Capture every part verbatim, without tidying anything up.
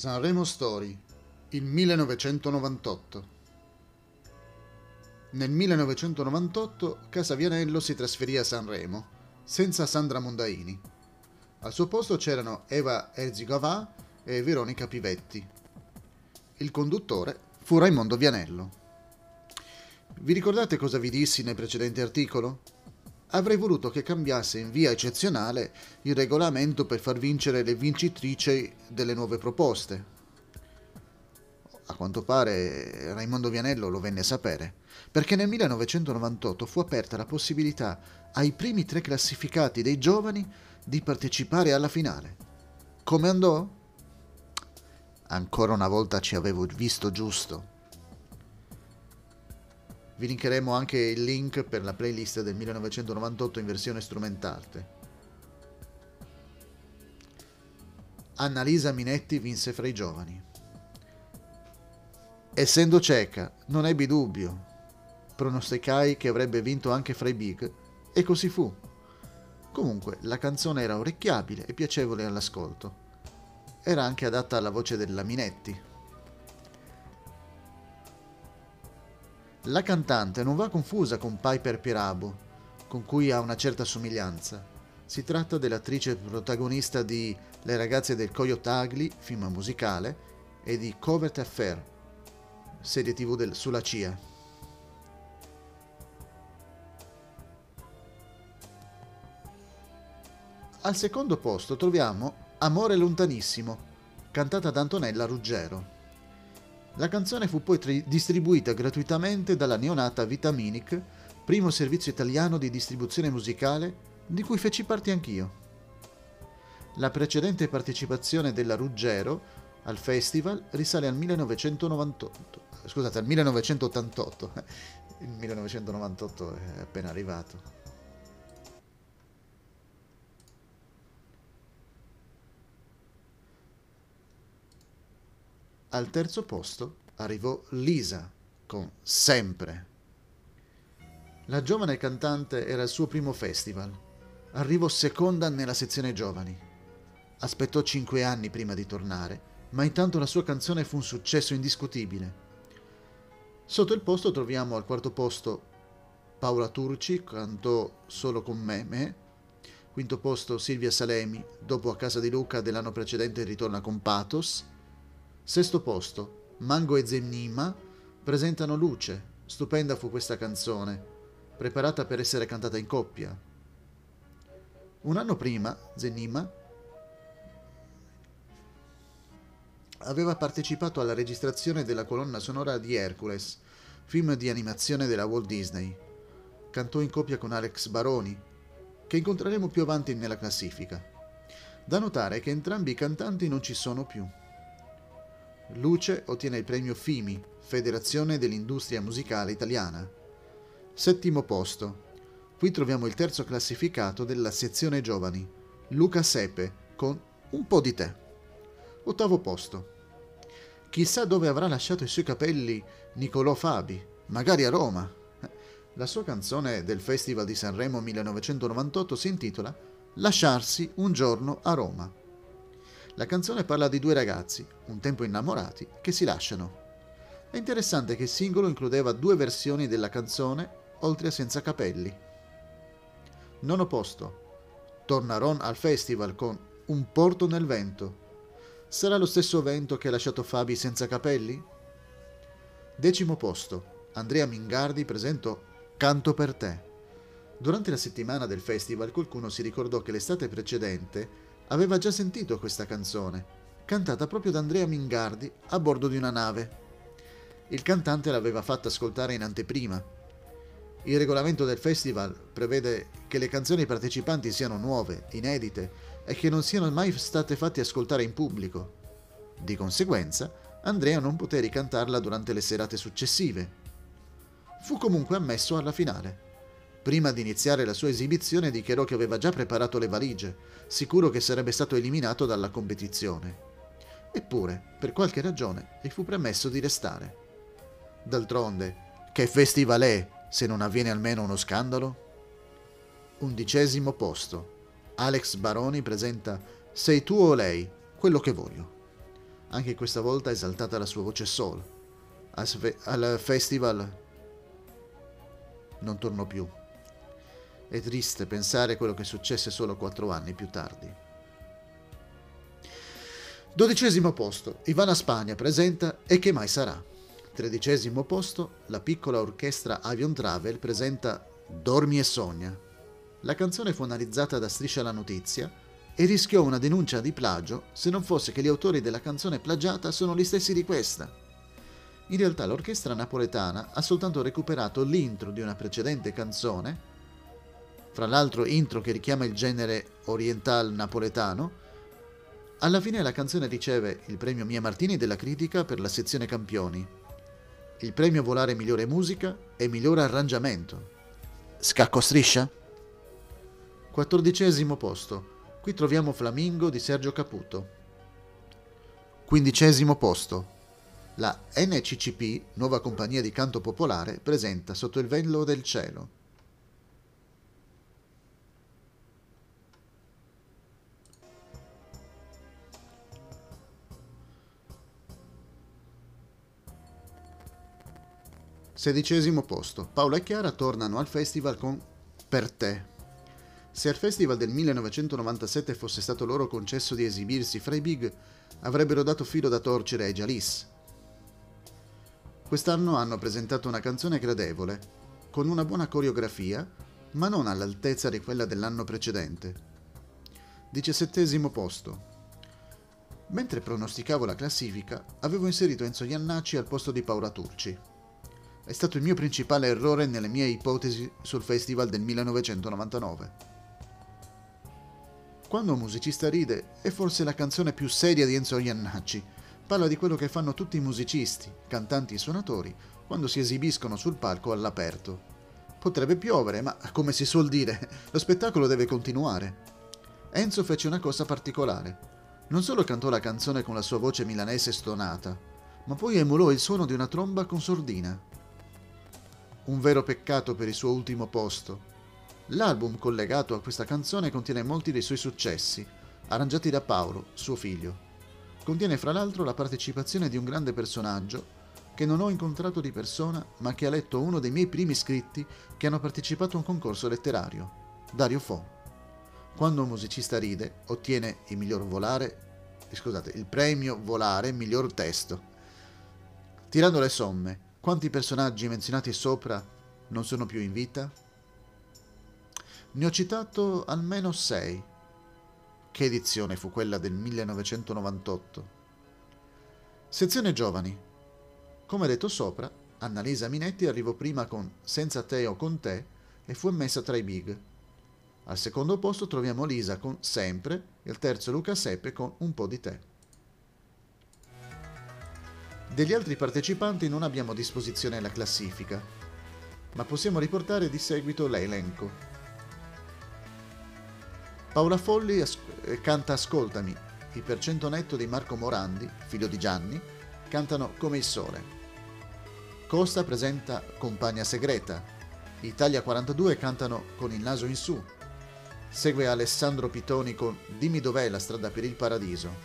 Sanremo Story, il millenovecentonovantotto. Nel millenovecentonovantotto Casa Vianello si trasferì a Sanremo, senza Sandra Mondaini. Al suo posto c'erano Eva Erzigavà e Veronica Pivetti. Il conduttore fu Raimondo Vianello. Vi ricordate cosa vi dissi nel precedente articolo? Avrei voluto che cambiasse in via eccezionale il regolamento per far vincere le vincitrici delle nuove proposte. A quanto pare Raimondo Vianello lo venne a sapere, perché nel millenovecentonovantotto fu aperta la possibilità ai primi tre classificati dei giovani di partecipare alla finale. Come andò? Ancora una volta ci avevo visto giusto. Vi linkeremo anche il link per la playlist del millenovecentonovantotto in versione strumentale. Annalisa Minetti vinse fra i giovani. Essendo cieca, non ebbi dubbio. Pronosticai che avrebbe vinto anche fra i big, e così fu. Comunque, la canzone era orecchiabile e piacevole all'ascolto. Era anche adatta alla voce della Minetti. La cantante non va confusa con Piper Perabo, con cui ha una certa somiglianza. Si tratta dell'attrice protagonista di Le ragazze del Coyote Ugly, film musicale, e di Covert Affair, serie tv del, sulla C I A. Al secondo posto troviamo Amore lontanissimo, cantata da Antonella Ruggero. La canzone fu poi tri- distribuita gratuitamente dalla neonata Vitaminic, primo servizio italiano di distribuzione musicale di cui feci parte anch'io. La precedente partecipazione della Ruggero al festival risale al millenovecentonovantotto, scusate, al millenovecentottantotto. Il millenovecentonovantotto è appena arrivato. Al terzo posto arrivò Lisa con Sempre. La giovane cantante era il suo primo festival. Arrivò seconda nella sezione giovani. Aspettò cinque anni prima di tornare, ma intanto la sua canzone fu un successo indiscutibile. Sotto il posto troviamo al quarto posto Paola Turci, cantò Solo con me, me. Quinto posto Silvia Salemi, dopo A casa di Luca dell'anno precedente ritorna con Pathos. Sesto posto, Mango e Zenima presentano Luce. Stupenda fu questa canzone, preparata per essere cantata in coppia. Un anno prima, Zenima aveva partecipato alla registrazione della colonna sonora di Hercules, film di animazione della Walt Disney. Cantò in coppia con Alex Baroni, che incontreremo più avanti nella classifica. Da notare che entrambi i cantanti non ci sono più. Luce ottiene il premio FIMI, Federazione dell'Industria Musicale Italiana. Settimo posto. Qui troviamo il terzo classificato della sezione giovani, Luca Sepe, con Un po' di te. Ottavo posto. Chissà dove avrà lasciato i suoi capelli Nicolò Fabi, magari a Roma. La sua canzone del Festival di Sanremo millenovecentonovantotto si intitola Lasciarsi un giorno a Roma. La canzone parla di due ragazzi, un tempo innamorati, che si lasciano. È interessante che il singolo includeva due versioni della canzone, oltre a Senza capelli. Nono posto. Torna Ron al festival con Un porto nel vento. Sarà lo stesso vento che ha lasciato Fabi senza capelli? Decimo posto. Andrea Mingardi presentò Canto per te. Durante la settimana del festival qualcuno si ricordò che l'estate precedente aveva già sentito questa canzone, cantata proprio da Andrea Mingardi a bordo di una nave. Il cantante l'aveva fatta ascoltare in anteprima. Il regolamento del festival prevede che le canzoni partecipanti siano nuove, inedite e che non siano mai state fatte ascoltare in pubblico. Di conseguenza, Andrea non poté ricantarla durante le serate successive. Fu comunque ammesso alla finale. Prima di iniziare la sua esibizione dichiarò che aveva già preparato le valigie, sicuro che sarebbe stato eliminato dalla competizione. Eppure, per qualche ragione, gli fu permesso di restare. D'altronde, che festival è se non avviene almeno uno scandalo? Undicesimo posto. Alex Baroni presenta Sei tu o lei, quello che voglio. Anche questa volta è esaltata la sua voce soul. Al, fe- al festival non tornò più. È triste pensare quello che successe solo quattro anni più tardi. Dodicesimo posto, Ivana Spagna presenta E che mai sarà. Tredicesimo posto, la piccola orchestra Avion Travel presenta Dormi e sogna. La canzone fu analizzata da Striscia la Notizia e rischiò una denuncia di plagio se non fosse che gli autori della canzone plagiata sono gli stessi di questa. In realtà l'orchestra napoletana ha soltanto recuperato l'intro di una precedente canzone, fra l'altro intro che richiama il genere oriental napoletano. Alla fine la canzone riceve il premio Mia Martini della critica per la sezione campioni, il premio Volare migliore musica e migliore arrangiamento. Scacco striscia? Quattordicesimo posto. Qui troviamo Flamingo di Sergio Caputo. Quindicesimo posto. La N C C P, nuova compagnia di canto popolare, presenta Sotto il velo del cielo. Sedicesimo posto. Paola e Chiara tornano al festival con Per te. Se al festival del millenovecentonovantasette fosse stato loro concesso di esibirsi fra i big, avrebbero dato filo da torcere ai Jalis. Quest'anno hanno presentato una canzone gradevole, con una buona coreografia, ma non all'altezza di quella dell'anno precedente. Diciassettesimo posto. Mentre pronosticavo la classifica, avevo inserito Enzo Iannacci al posto di Paola Turci. È stato il mio principale errore nelle mie ipotesi sul festival del millenovecentonovantanove. Quando un musicista ride è forse la canzone più seria di Enzo Iannacci. Parla di quello che fanno tutti i musicisti, cantanti e suonatori quando si esibiscono sul palco all'aperto. Potrebbe piovere, ma come si suol dire, lo spettacolo deve continuare. Enzo fece una cosa particolare. Non solo cantò la canzone con la sua voce milanese stonata, ma poi emulò il suono di una tromba con sordina. Un vero peccato per il suo ultimo posto. L'album collegato a questa canzone contiene molti dei suoi successi, arrangiati da Paolo, suo figlio. Contiene fra l'altro la partecipazione di un grande personaggio che non ho incontrato di persona, ma che ha letto uno dei miei primi scritti che hanno partecipato a un concorso letterario, Dario Fo. Quando un musicista ride, ottiene il miglior volare, scusate, il premio Volare miglior testo. Tirando le somme, quanti personaggi menzionati sopra non sono più in vita? Ne ho citato almeno sei. Che edizione fu quella del millenovecentonovantotto? Sezione giovani. Come detto sopra, Annalisa Minetti arrivò prima con Senza te o con te e fu ammessa tra i big. Al secondo posto troviamo Lisa con Sempre e al terzo Luca Seppe con Un po' di te. Degli altri partecipanti non abbiamo a disposizione la classifica, ma possiamo riportare di seguito l'elenco. Paola Folli as- canta Ascoltami, il per cento netto di Marco Morandi, figlio di Gianni, cantano Come il sole. Costa presenta Compagna segreta, Italia quarantadue cantano Con il naso in su, segue Alessandro Pitoni con Dimmi dov'è la strada per il paradiso.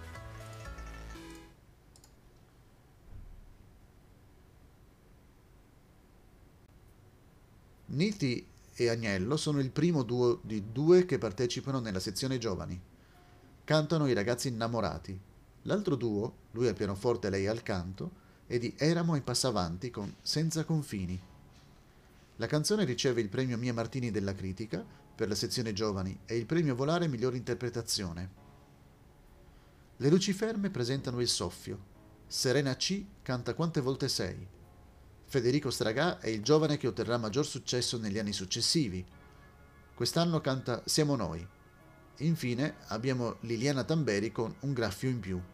Niti e Agnello sono il primo duo di due che partecipano nella sezione giovani. Cantano I ragazzi innamorati. L'altro duo, lui al pianoforte e lei al canto, è di Eramo e Passavanti con Senza confini. La canzone riceve il premio Mia Martini della critica per la sezione giovani e il premio Volare miglior interpretazione. Le Luciferme presentano Il soffio. Serena C canta Quante volte sei. Federico Stragà è il giovane che otterrà maggior successo negli anni successivi. Quest'anno canta Siamo noi. Infine abbiamo Liliana Tamberi con Un graffio in più.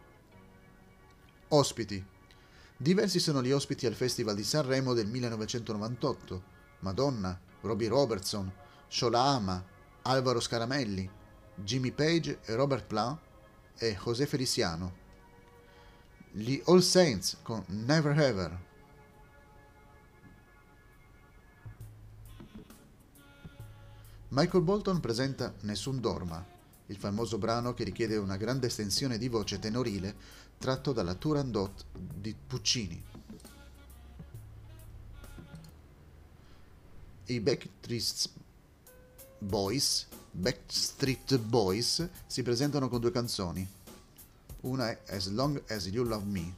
Ospiti. Diversi sono gli ospiti al Festival di Sanremo del millenovecentonovantotto. Madonna, Robbie Robertson, Shola Ama, Alvaro Scaramelli, Jimmy Page e Robert Plant e José Feliciano. Gli All Saints con Never Ever. Michael Bolton presenta Nessun dorma. il famoso brano che richiede una grande estensione di voce tenorile tratto dalla Turandot di Puccini. I Backstreet Boys, Backstreet Boys si presentano con due canzoni. Una è As Long As You Love Me.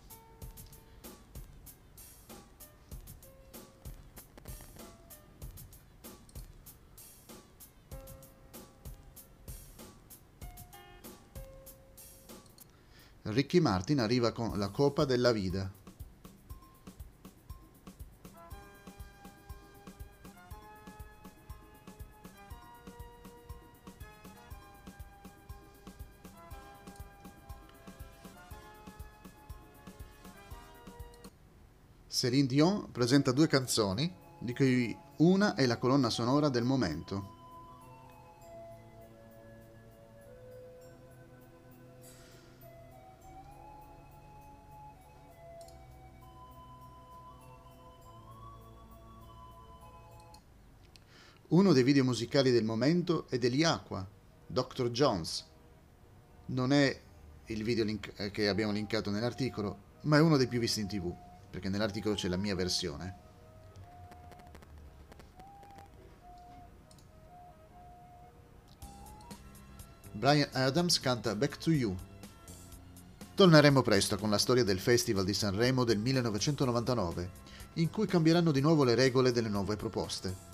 Ricky Martin arriva con La Copa della Vida. Céline Dion presenta due canzoni, di cui una è la colonna sonora del momento. Uno dei video musicali del momento è degli Aqua, doctor Jones. Non è il video link- che abbiamo linkato nell'articolo, ma è uno dei più visti in tv, perché nell'articolo c'è la mia versione. Bryan Adams canta Back to You. Torneremo presto con la storia del Festival di Sanremo del millenovecentonovantanove, in cui cambieranno di nuovo le regole delle nuove proposte.